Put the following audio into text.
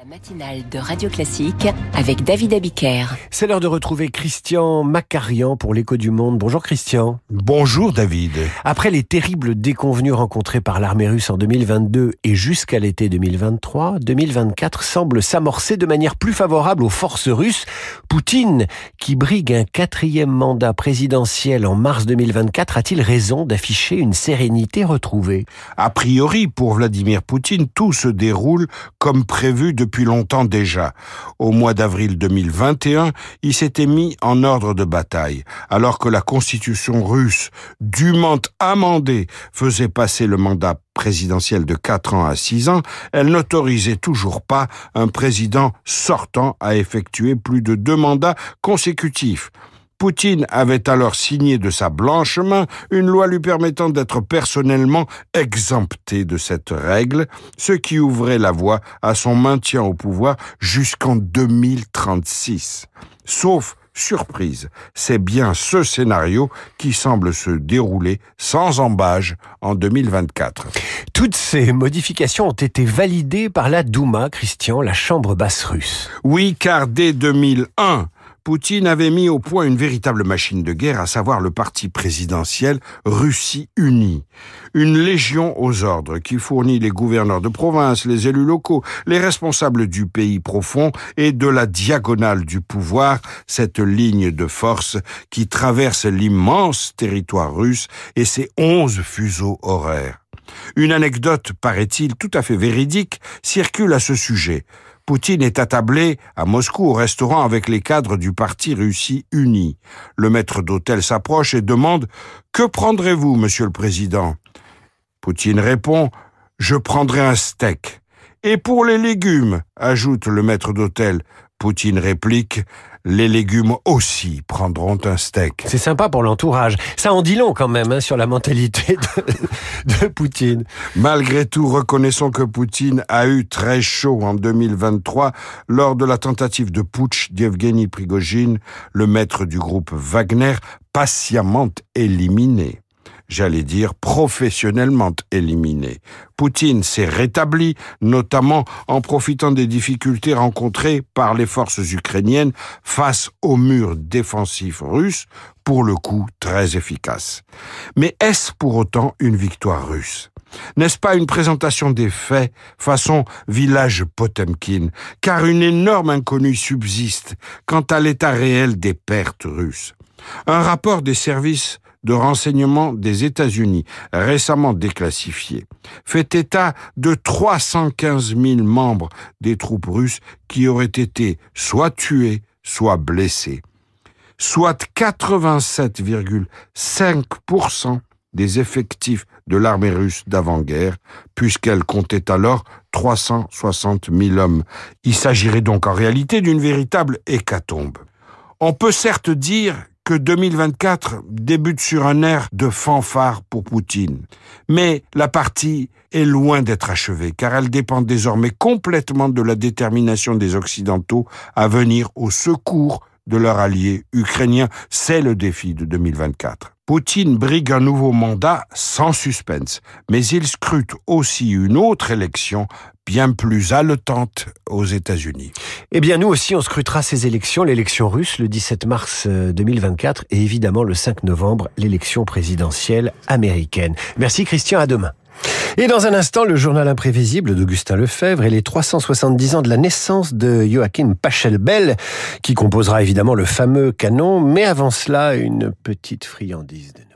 La matinale de Radio Classique avec David Abiker. C'est l'heure de retrouver Christian Macarian pour l'Écho du Monde. Bonjour Christian. Bonjour David. Après les terribles déconvenues rencontrées par l'armée russe en 2022 et jusqu'à l'été 2023, 2024 semble s'amorcer de manière plus favorable aux forces russes. Poutine, qui brigue un 4e mandat présidentiel en mars 2024, a-t-il raison d'afficher une sérénité retrouvée ? A priori, pour Vladimir Poutine, tout se déroule comme prévu depuis longtemps déjà. Au mois d'avril 2021, il s'était mis en ordre de bataille. Alors que la constitution russe, dûment amendée, faisait passer le mandat présidentiel de 4 ans à 6 ans, elle n'autorisait toujours pas un président sortant à effectuer plus de 2 mandats consécutifs. Poutine avait alors signé de sa blanche main une loi lui permettant d'être personnellement exempté de cette règle, ce qui ouvrait la voie à son maintien au pouvoir jusqu'en 2036. Sauf surprise, c'est bien ce scénario qui semble se dérouler sans embâche en 2024. Toutes ces modifications ont été validées par la Douma, Christian, la chambre basse russe. Oui, car dès 2001, Poutine avait mis au point une véritable machine de guerre, à savoir le parti présidentiel Russie Unie. Une légion aux ordres qui fournit les gouverneurs de province, les élus locaux, les responsables du pays profond et de la diagonale du pouvoir, cette ligne de force qui traverse l'immense territoire russe et ses 11 fuseaux horaires. Une anecdote, paraît-il, tout à fait véridique, circule à ce sujet. Poutine est attablé à Moscou au restaurant avec les cadres du parti Russie Unie. Le maître d'hôtel s'approche et demande « Que prendrez-vous, monsieur le président ?» Poutine répond « Je prendrai un steak. » « Et pour les légumes ?» ajoute le maître d'hôtel. Poutine réplique « Les légumes aussi prendront un steak. » C'est sympa pour l'entourage. Ça en dit long quand même sur la mentalité de Poutine. Malgré tout, reconnaissons que Poutine a eu très chaud en 2023 lors de la tentative de putsch d'Evgeny Prigojine, le maître du groupe Wagner, patiemment éliminé. J'allais dire professionnellement éliminé. Poutine s'est rétabli, notamment en profitant des difficultés rencontrées par les forces ukrainiennes face au mur défensif russe, pour le coup très efficace. Mais est-ce pour autant une victoire russe ? N'est-ce pas une présentation des faits façon village Potemkin, car une énorme inconnue subsiste quant à l'état réel des pertes russes. Un rapport des services de renseignement des États-Unis, récemment déclassifié, fait état de 315 000 membres des troupes russes qui auraient été soit tués, soit blessés. Soit 87,5% des effectifs de l'armée russe d'avant-guerre, puisqu'elle comptait alors 360 000 hommes. Il s'agirait donc en réalité d'une véritable hécatombe. On peut certes dire que 2024 débute sur un air de fanfare pour Poutine. Mais la partie est loin d'être achevée, car elle dépend désormais complètement de la détermination des Occidentaux à venir au secours de leur allié ukrainien. C'est le défi de 2024. Poutine brigue un nouveau mandat sans suspense, mais il scrute aussi une autre élection bien plus haletante aux États-Unis. Eh bien, nous aussi, on scrutera ces élections, l'élection russe le 17 mars 2024 et évidemment le 5 novembre, l'élection présidentielle américaine. Merci Christian, à demain. Et dans un instant, le journal imprévisible d'Augustin Lefebvre et les 370 ans de la naissance de Joachim Pachelbel, qui composera évidemment le fameux canon, mais avant cela, une petite friandise de Noël.